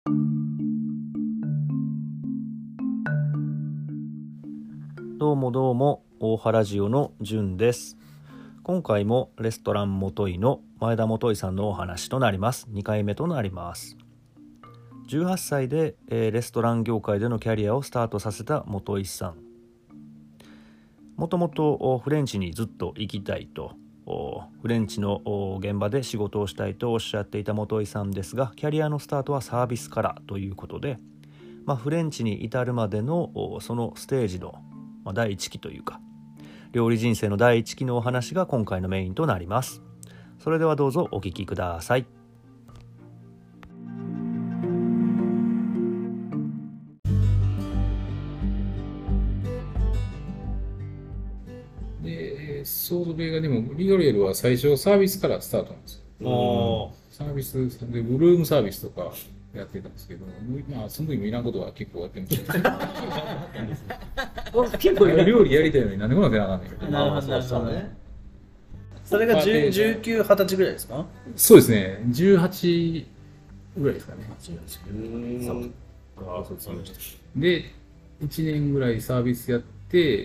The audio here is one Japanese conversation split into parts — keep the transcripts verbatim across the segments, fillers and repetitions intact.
どうもどうも、大原ジオのじゅんです。今回もレストランもといの前田もといさんのお話となります。にかいめとなります。じゅうはっさいで、えーレストラン業界でのキャリアをスタートさせたもといさん。もともとフレンチにずっと行きたいと、フレンチの現場で仕事をしたいとおっしゃっていたもといさんですが、キャリアのスタートはサービスからということで、まあ、フレンチに至るまでのそのステージのまあ、だいいちきというか料理人生のだいいちきのお話が今回のメインとなります。それではどうぞお聞きください。 で、それがでも、リオレルは最初サービスからスタートなんですよ。サービスで、ブルームサービスとかやってたんですけど、まあ、その時もいらんことは結構やってました。結構料理やりたいのに何でもなくてなかんないけど。 なるほどね。それがじゅうきゅう、はたちぐらいですか？ そうですね。じゅうはちぐらいですかね。で、いちねんぐらいサービスやって、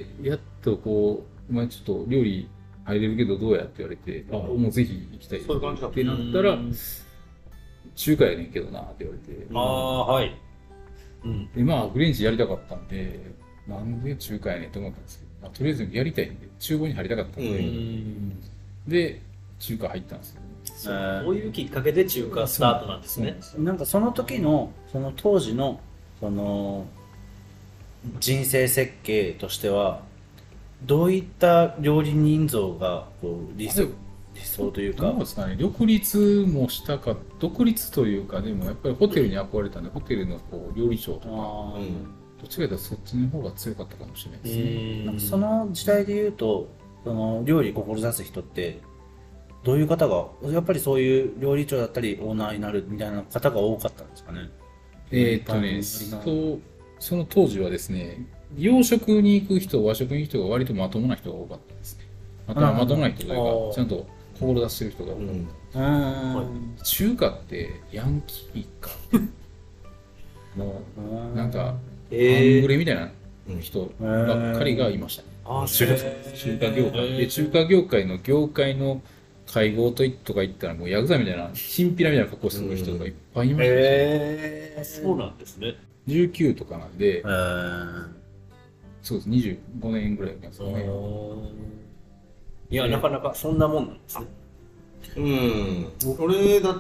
やっとこう、お前ちょっと料理入れるけどどうやって言われて、あ、もうぜひ行きたいってなったら、中華やねんけどなって言われて。 ああ、はい。 で、まあ、フレンチやりたかったんで、なんで中華やねんと思ったんですけど、まあ、とりあえずやりたいんで、厨房に入りたかったんで、で、中華入ったんですよ。 そういうきっかけで中華スタートなんですね。なんかその時の、その当時の、その、人生設計としては、どういった料理人像がこう理想、理想というか。 どうですかね、独立もしたか、独立というか、でもやっぱりホテルに憧れたんで、ホテルのこう料理長とか、どっちかというとそっちの方が強かったかもしれないですね。 なんかその時代で言うと、その料理を志す人って、どういう方が、やっぱりそういう料理長だったり、オーナーになるみたいな方が多かったんですかね。 えーっとね、そその当時はですね、洋食に行く人、和食に行く人が割とまともな人が多かったですね。まとまともな人というか、ちゃんと志してる人が多かった。中華ってヤンキーか。もう、なんか、半グレみたいな人ばっかりがいましたね。中華業界。で、中華業界の業界の会合とか行ったら、もうヤクザみたいな、チンピラみたいな格好する人がいっぱいいましたね。 へー、そうなんですね。 じゅうきゅうとかなんで、そうです、にじゅうごねんぐらいなんですよね。 いや、なかなかそんなもんなんですね。 うん。俺、だって、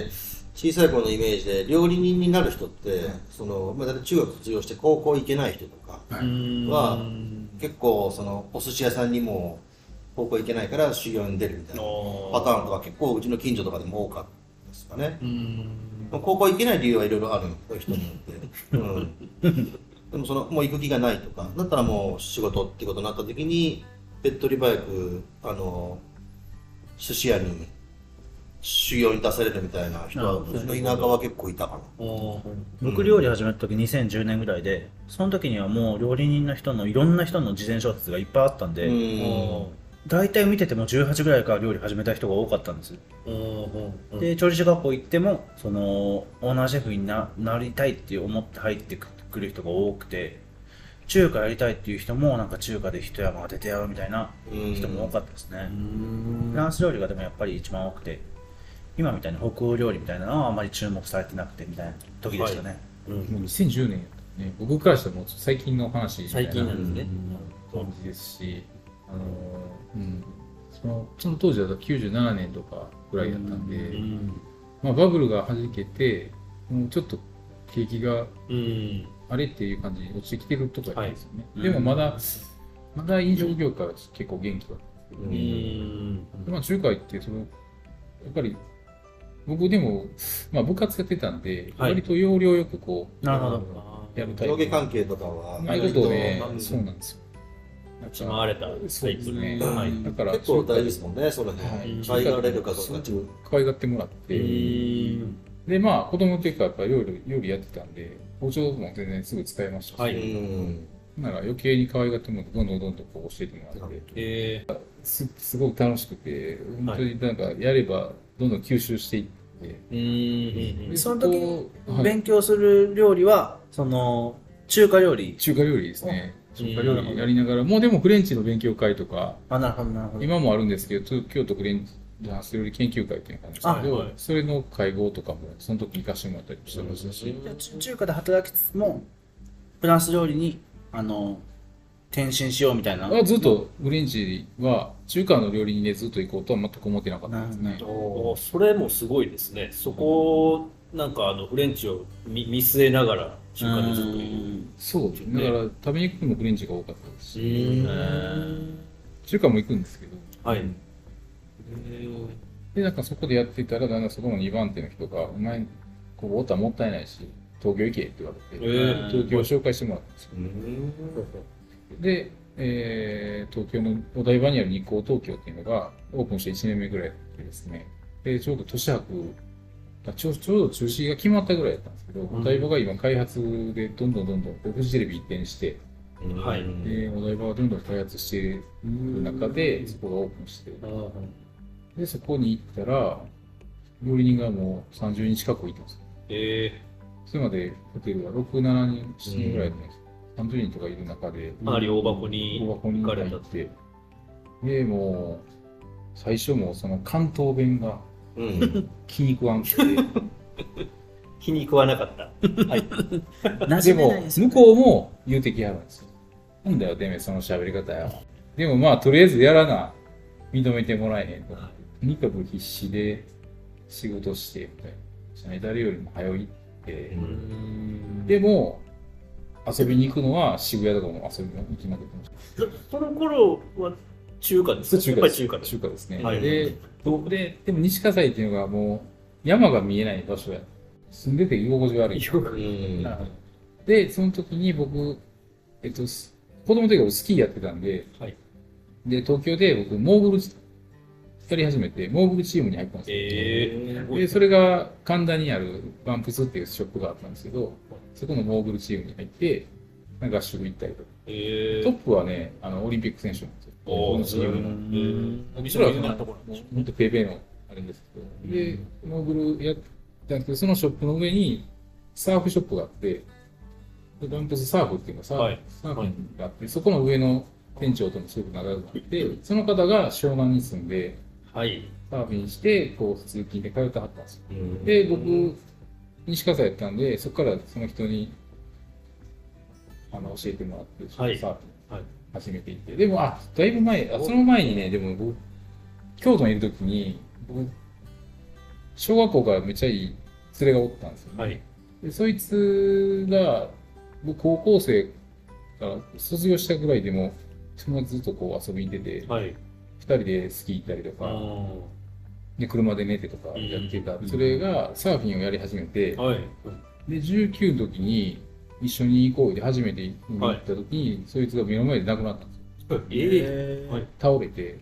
小さい頃のイメージで、料理人になる人って、その、まあ、だって中学卒業して高校行けない人とかは、結構、その、お寿司屋さんにも、高校行けないから修行に出るみたいなパターンとか結構うちの近所とかでも多かったですかね。高校行けない理由はいろいろあるの、人によって。うん、でもその、もう行く気がないとか、だったらもう仕事ってことになった時に、手っ取り早く、あの、寿司屋に修行に出されるみたいな人は、うちの田舎は結構いたかな。 僕料理始めた時にせんじゅうねんぐらいで、その時にはもう料理人の人のいろんな人の事前小説がいっぱいあったんで、大体見ててもじゅうはちぐらいから料理始めた人が多かったんです。で、調理師学校行っても、その、オーナーシェフに な, なりたいって思って入ってくる人が多くて、中華やりたいっていう人もなんか中華で一山当ててやるみたいな人も多かったですね。フランス料理がでもやっぱり一番多くて、今みたいに北欧料理みたいなのはあんまり注目されてなくてみたいな時でしたね。 はい、もうにせんじゅうねんやったね。僕からしたらもう最近の話みたいな感じですし、あのーうん、そのその当時だときゅうじゅうななねんとかぐらいだったんで、んまあ、バブルがはじけて、もうちょっと景気があれっていう感じに落ちてきてるとかですよね。はい、でもまだ、まだ飲食業界は結構元気だったんですけど、まあ、中華ってそのやっぱり僕でも、まあ、部活やってたんで、はい、割と要領よくこうなるほどやるタイプ。上下関係とかはうまいことね、そうなんですよ。 立ち回れたタイプね。 だから結構大事ですもんね、それね。可愛がられるかどうか。 可愛がってもらって、でまあ子供の時からやっぱ料理料理やってたんで、包丁も全然すぐ使えましたし、はい、なら余計に可愛がってもらってどんどんどんどんこう教えてもらって、えー、すすごく楽しくて、本当になんかやればどんどん吸収していて、 うん、その時に勉強する料理はその中華料理中華料理ですね。中華料理やりながら、もうでもフレンチの勉強会とか、 あ、なるほどなるほど。 今もあるんですけど、京都フレンチフランス料理研究会っていうのがあるんですけど、はい、それの会合とかもその時に行かせてもらったりしてましたし、 うん、中華で働きつつもフランス料理にあの転身しようみたいな。 ずっとフレンチは中華の料理にねずっと行こうとは全く思ってなかったですね。 おそれもすごいですね。そこをなんかあのフレンチを 見, 見据えながら中華でずっといる。 そうですね。だから食べに行くのもフレンチが多かったですし、中華も行くんですけど。はい。でなんかそこでやってたらだんだんそこのにばん手の人が「お前ここおったらもったいないし東京行け」って言われて、えー、東京を紹介してもらったんですよ。で、えー、東京のお台場にある日光東京っていうのがオープンしていちねんめぐらいでですね、でちょうど年博ちょちょうど中止が決まったぐらいだったんですけど、うん、お台場が今開発でどんどんどんどんフジテレビ移転して、はい、でお台場がどんどん開発している中でそこがオープンして。で、そこに行ったら、料理人がもうさんじゅうにん近くいたんですよ。えー、それまでホテルはろく、しちにん、しちにんぐらいだったんですよ。さんじゅうにんとかいる中で、 かなり大箱に大箱に行って、で、もう、最初もその関東弁が気に食わんくて、 気に食わなかった。はい。 でも、向こうも言うてきはるんですよ。なんだよ、てめえ、その喋り方よ。でもまあ、とりあえずやらな、認めてもらえへんと。とにかく必死で仕事してみたいな。じゃない誰よりも早いって。でも遊びに行くのは渋谷とかも遊びに行きまくってました。 その頃は中華ですか？ 中華です。中華です。中華ですね。はい、で、で、でも西葛西っていうのがもう山が見えない場所や。住んでて居心地悪い。で、その時に僕、えっと、子供の時はスキーやってたんで、はい、で、東京で僕、モーグルやり始めて、モーグルチームに入ったんですよ。えー、で、それが神田にあるバンプスっていうショップがあったんですけど、そこのモーグルチームに入って、合宿行ったりとか。えー、トップはね、あの、オリンピック選手なんですよ。このチームの。もちろん、本当ペーペーのあれですけど。で、モーグルやったんですけど、そのショップの上にサーフショップがあって、バンプスサーフっていうのがサーフ、はい、サーフがあって、そこの上の店長ともすごく仲良くなって、その方が湘南に住んで、はい、サーフィンして、こう、通勤で通ってはったんですよ。で、僕、西葛西やったんで、そこからその人に、あの、教えてもらって、はい、サーフィン始めていって。でも、あ、だいぶ前、あその前にね、でも僕、京都にいるときに、僕、小学校からめっちゃいい連れがおったんですよね。はい、でそいつが、僕、高校生から卒業したぐらいでも、友達ずっとこう遊びに出て、はい、ふたりでスキー行ったりとか、で車で寝てとかやってた、うん、それがサーフィンをやり始めて、はい、でじゅうきゅうの時に一緒に行こうで初めて行った時に、はい、そいつが目の前で亡くなったんですよ。えー、倒れて、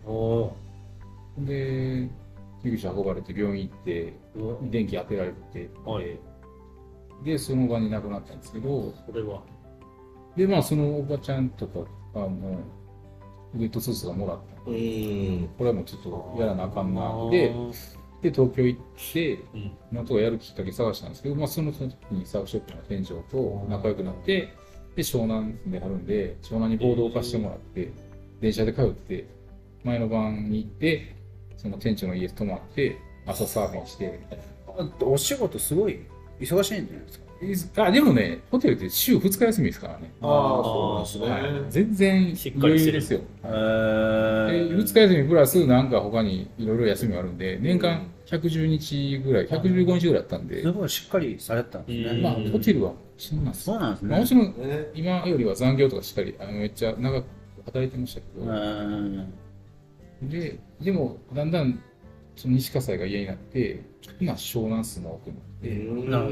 で救急車運ばれて病院行って電気当てられて、はい、でその場に亡くなったんですけど、それはでまあそのおばちゃんとかがもうウェットスーツがもらった。うん、これはもうちょっとやらなあかんなで、で東京行って、なんとかやるきっかけ探したんですけど、まあその時にサーフショップの店長と仲良くなって、で湘南であるんで湘南にボードを貸してもらって、電車で通って前の晩に行ってその店長の家泊まって朝サーフィンしてみたいな。 お仕事すごい忙しいんじゃないですか？ あでもね、ホテルって週ふつか休みですからね。ああ、そうなんですね。はい、全然余裕ですよ。へー。ふつか休みプラスなんか他にいろいろ休みがあるんで、年間ひゃくじゅうにちぐらい、ひゃくじゅうごにちぐらいあったんで。 すごいしっかりされたんですね。 まあ、ホテルはそうなんです。 そうなんですね。 まあ、もちろん、今よりは残業とかしっかり、あのめっちゃ長く働いてましたけど。で、でも、だんだん、その西葛西が嫌になって、今湘南住もうと思って、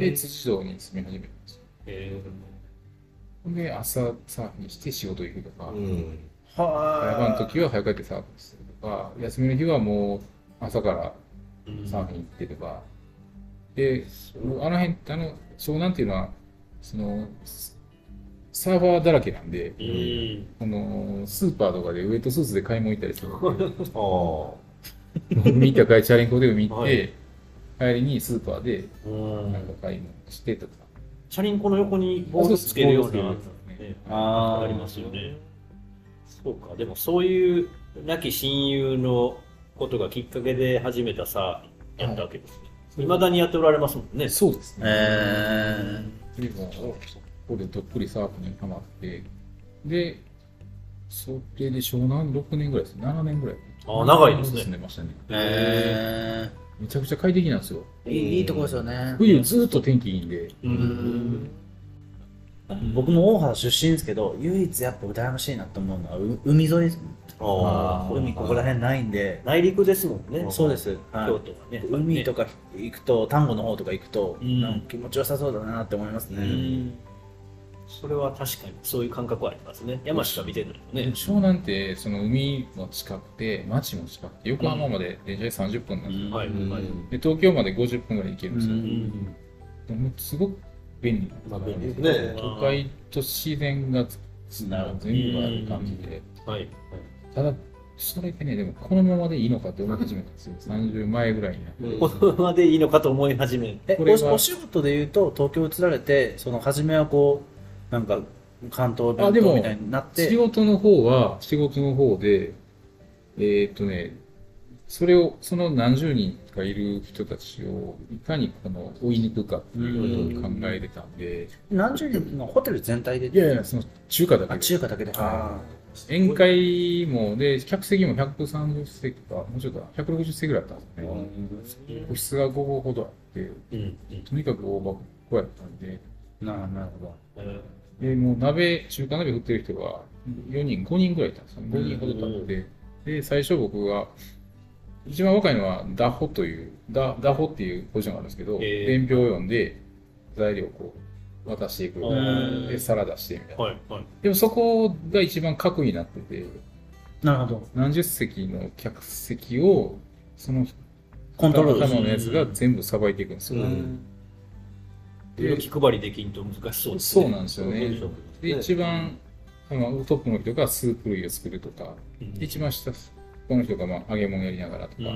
で、辻堂に住み始めたんですよ。えー、で、朝サーフィンして仕事行くとか、うん、早番の時は早く帰ってサーフィンするとか、休みの日はもう朝からサーフィン行ってとか、うん、で、あの辺、あの、湘南っていうのは、その、サーファーだらけなんで、うん、このスーパーとかでウエットスーツで買い物行ったりするんで、海行ったかいチャリンコで海行って、はい、 帰りにスーパーでなんか買い物してとか。 チャリンコの横にボールつけるようなあありますよね。そうか、でもそういう亡き親友のことがきっかけで始めたさやったわけですね。いまだにやっておられますもんね。 そうですね。 えー、でもそこでどっぷりサーフィンにハマって、で、それで湘南ろくねんぐらいですね、ななねんぐらい。 ああ、長いですね。 住んでましたね。 えー、めちゃくちゃ快適なんですよ。 いい、いいとこですよね。 冬ずっと天気いいんで。 うん。僕も大原出身ですけど、唯一やっぱ羨ましいなと思うのは海沿いです。ああ、海ここら辺ないんで。 内陸ですもんね。 そうです。 京都はね。 海とか行くと、丹後の方とか行くと、なんか気持ちよさそうだなって思いますね。 それは確かにそういう感覚はありますね。山しか見てないのね。 湘南ってその海も近くて町も近くて横浜まで電車でさんじゅっぷんなんですよ。はい、で東京までごじゅっぷんぐらい行けるんですよ。でもすごく便利なんですね。都会と自然が全部ある感じで。はい。ただそれでね、でもこのままでいいのかって思い始めたんですよ。さんじゅうまえぐらいに。 このままでいいのかと思い始めえ、お仕事で言うと東京移られて、その初めはこうなんか関東弁当みたいになって、 仕事の方は仕事の方でえー、っとねそれをその何十人かいる人たちをいかにこの追い抜くかっていうことを考えてたんで。 何十人のホテル全体で？ いやいや、その中華だけで。 あ、中華だけで。あ宴会もで客席もひゃくさんじゅっせきかもうちょっとひゃくろくじゅっせきぐらいあったんですね。個室がごこほどあって、とにかく大箱やったんで。 なるほど。 でもう鍋中華鍋振ってる人がよにんごにんぐらいいたんですよ。ごにんほどいたので、で最初僕が一番若いのはダホというダダホっていうポジションがあるんですけど、伝票を読んで材料をこう渡していく、で皿出してみたいな、はいはい、でもそこが一番核になってて、 なるほど、 何十席の客席をそのコントロールのやつが全部さばいていくんですよ。 で気配りできんと難しそうですね。 そうなんですよね。で一番トップの人がスープ類を作るとか、うん、一番下この人がまあ揚げ物やりながらとか、うん、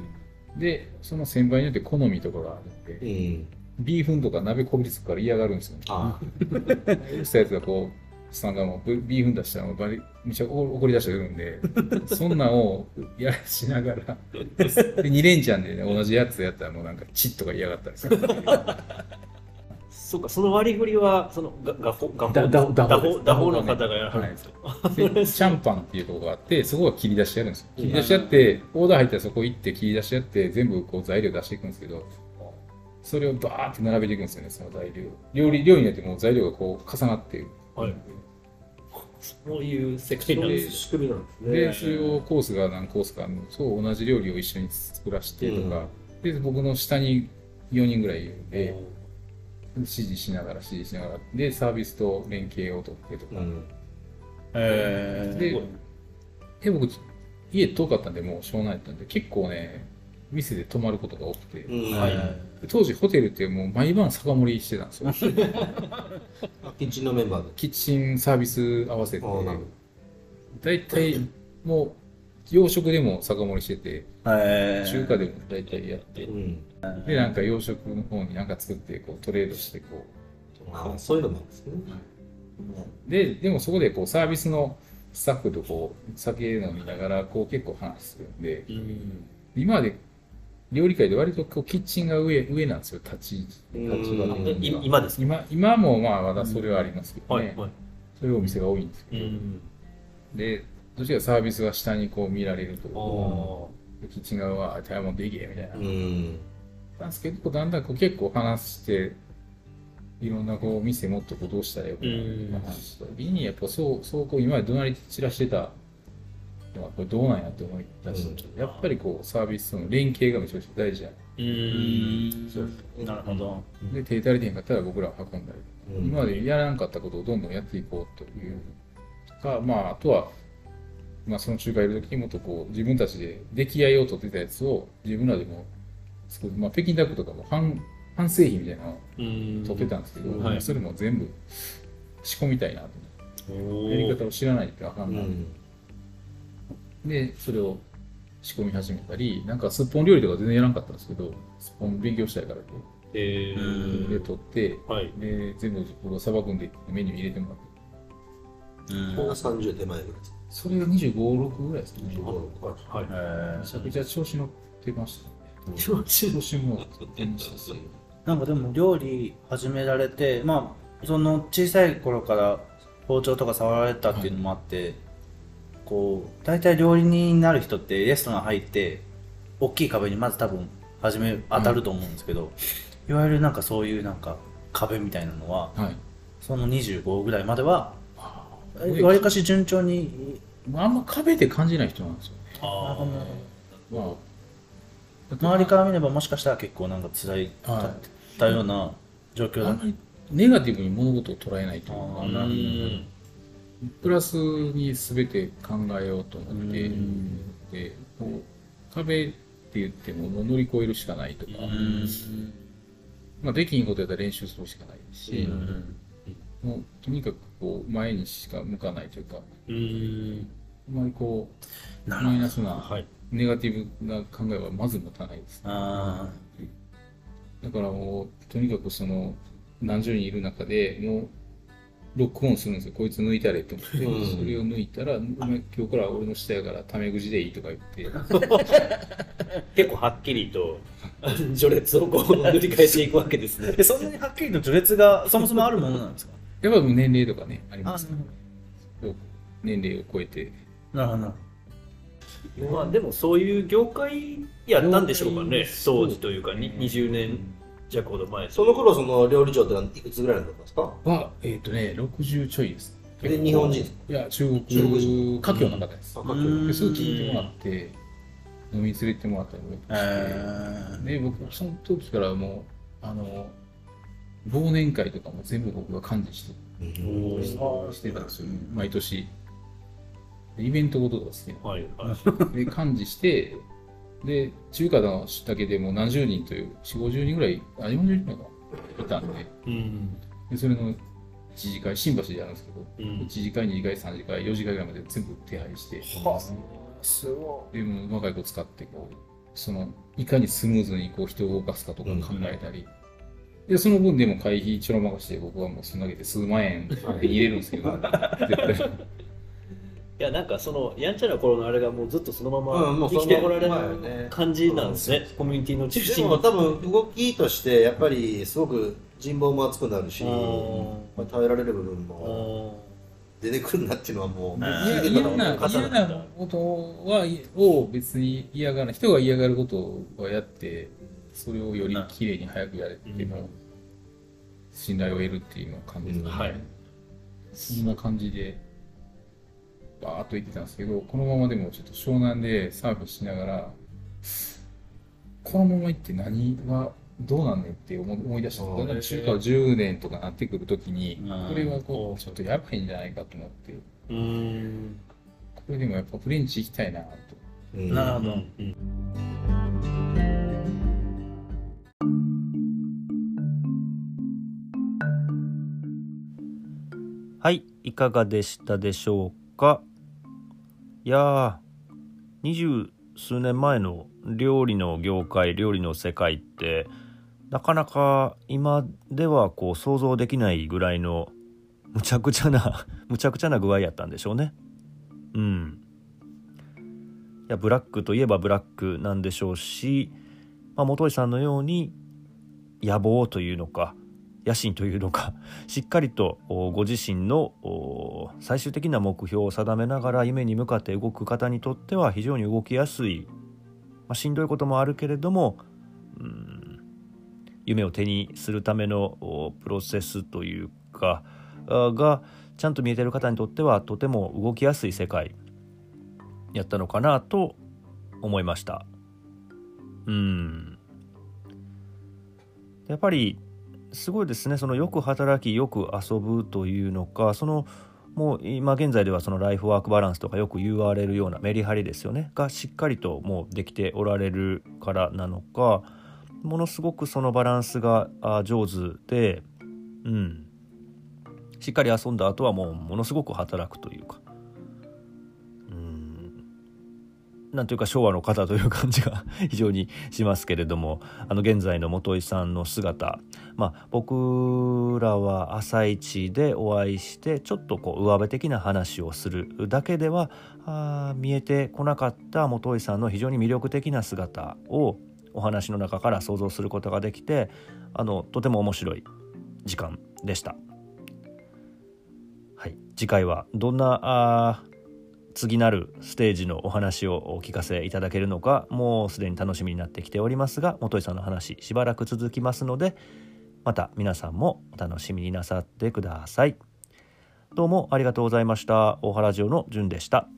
でその先輩によって好みとかがあるんで、うん、ビーフンとか鍋こびりつくから嫌がるんですよね。ああしたやつがこうさんがもうビーフン出したらめっちゃ怒り出してくるんでそんなんをやらしながらでに連チャンで、ね、同じやつやったらもうなんかチッとか嫌がったりするそうか、その割り振りはそのガガホガホダダホダホの方がやるんですよ。 でシャンパンっていうところがあって、そこは切り出しやるんですよ。切り出しやってオーダー入ったらそこ行って切り出しやって全部こう材料出していくんですけど、それをバーって並べていくんですよね。その材料料理料理によってもう材料がこう重なっている、はい、 そういう世界なんです、仕組みなんですね。 でそれをコースが何コースかあるの、そう同じ料理を一緒に作らせてとか、うん、で僕の下によにんぐらいいるんで、指示しながら指示しながらでサービスと連携を取ってとか、うん、えー、でで僕家遠かったんでもう湘南やったんで結構ね店で泊まることが多くて、うん、はい、当時ホテルってもう毎晩酒盛りしてたんですよキッチンのメンバーでキッチンサービス合わせて大体もう洋食でも酒盛りしてて、中華でも大体やって、うん、でなんか洋食の方に何か作ってこうトレードしてこう、 ああそういうのもあるんですね。 ででもそこでこうサービスのスタッフとこう酒飲みながらこう結構話するんで、うん、今まで料理界で割とこうキッチンが上上なんですよ、立ち立場的には。今ですか？ 今今もまあまだそれはありますけどね、はいはい、そういうお店が多いんですけど、うん、でどっちかサービスは下にこう見られると、キッチン側は台湾で行けみたいな。うん、なんですけどだんだんこう結構話していろんなこう店もっとこうどうしたらよくなるか話した時にやっぱそうそうこう今まで怒鳴り散らしてたのはこれどうなんやって思い出して、うん、やっぱりこうサービスとの連携がめちゃくちゃ大事や。うん、 そうです。なるほど。 で手足りてへんかったら僕らは運んだり、うん、今までやらなかったことをどんどんやっていこうというか、まああとはまあその中華いる時にもっとこう自分たちで出来合いを取ってたやつを自分らでも作る、まあ、北京ダックとかも半半製品みたいなのを取ってたんですけど、はい、それも全部仕込みたいなと思ってやり方を知らないとあかんない、うん、でそれを仕込み始めたり、なんかすっぽん料理とか全然やらなかったんですけど、すっぽん勉強したいからで、 えー、 で取って、はい、で全部僕がさばくんでメニュー入れてもらって、 うん、これがさんじゅう手前ぐらいです。 それがにじゅうご、ろくぐらいですね。にじゅうご、ろく、 はい。 めちゃくちゃ調子乗ってましたね。調子も乗ってましたし。 なんかでも料理始められて、まあその小さい頃から包丁とか触られたっていうのもあって、はい、こう大体料理人になる人ってレストラン入って大きい壁にまず多分初め当たると思うんですけど、うん、いわゆるなんかそういうなんか壁みたいなのは、はい、そのにじゅうごぐらいまではわりかし順調に、 あんま壁で感じない人なんですよね。 ああ、まあ、周りから見ればもしかしたら結構なんか辛いかったような状況だ、 あんまりネガティブに物事を捉えないというか、プラスに全て考えようと思って、でこう壁って言ってももう乗り越えるしかないとか、まあ、できんことやったら練習するしかないし、もうとにかくこう前にしか向かないというか、うん、あまりこうマイナスな、はい、ネガティブな考えはまず持たないです、ね、あだからもうとにかくその何十人いる中でもうロックオンするんですよ。こいつ抜いたれと思って、うん、それを抜いたら今日から俺の下やからタメ口でいいとか言って結構はっきりと序列をこう塗り替えていくわけですね。 そんなにはっきりと序列がそもそもあるものなんですか？ やっぱ年齢とかねありますから、年齢を超えて。 なるほど。まあでもそういう業界やったんでしょうかね、当時というかにじゅうねん弱ほど前。 その頃その料理長っていくつぐらいの方ですか？ はえっ、ー、とねろくじゅうちょいです。 で日本人？いや中国人華僑の方です。華僑ですぐ聞いてもらって飲み連れてもらったりもして、えー、で僕その時からもうあの忘年会とかも全部僕が幹事してしてたんですよ、毎年。イベントごとが好きなの、はいはい、で幹事してで中華のだけでも何十人というよんじゅう、ごじゅうにんぐらい、あよんじゅうにんがいたんで、うん、でそれの一次会新橋でやるんですけど、うん、いち次会に次会さん次会よん次会ぐらいまで全部手配して、はあ、すごい。でも若い子使ってこうそのいかにスムーズにこう人を動かすかとか考えたり、うん、でその分でも会費ちょろまかして僕はもうそんだけで数万円で入れるんですけど絶対いやなんかそのやんちゃな頃のあれがもうずっとそのまま生きてこられる感じなんですね、うん、コミュニティの中心に。 でも多分動きとしてやっぱりすごく人望も厚くなるし、まあ、耐えられる部分も出てくるなっていうのはもう聞いてたら嫌な嫌なことはを別に嫌がらない人が嫌がることをやってそれをよりきれいに早くやれても信頼を得るっていうのを感じるので、うん、はい、そんな感じでバーッと言ってたんですけど、このままでもちょっと湘南でサーフィンしながらこのまま行って何がどうなんねんって思い出した。だから中華じゅうねんとかなってくるときにこれはこうちょっとやばいんじゃないかと思って、うーんこれでもやっぱフレンチ行きたいなと。 なるほど、うん、 はい、いかがでしたでしょうか。いやー、二十数年前の料理の業界、料理の世界ってなかなか今ではこう想像できないぐらいのむちゃくちゃなむちゃくちゃな具合やったんでしょうね。うん。いやブラックといえばブラックなんでしょうし、まあ、本井さんのように野望というのか野心というのかしっかりとご自身の最終的な目標を定めながら夢に向かって動く方にとっては非常に動きやすい、まあ、しんどいこともあるけれども、うん、夢を手にするためのプロセスというかがちゃんと見えている方にとってはとても動きやすい世界やったのかなと思いました。うん、やっぱりすごいですね。そのよく働きよく遊ぶというのか、そのもう今現在ではそのライフワークバランスとかよく言われるようなメリハリですよねがしっかりともうできておられるからなのか、ものすごくそのバランスが上手で、うん、しっかり遊んだ後はもうものすごく働くというか、うん、 なんというか昭和の方という感じが非常にしますけれども、あの現在の元井さんの姿、まあ、僕らは朝一でお会いしてちょっとこう上辺的な話をするだけではあ見えてこなかった元井さんの非常に魅力的な姿をお話の中から想像することができて、あのとても面白い時間でした。はい、次回はどんなあ次なるステージのお話をお聞かせいただけるのか、もうすでに楽しみになってきておりますが、元井さんの話しばらく続きますので、また皆さんもお楽しみになさってください。どうもありがとうございました。大原城のじゅんでした。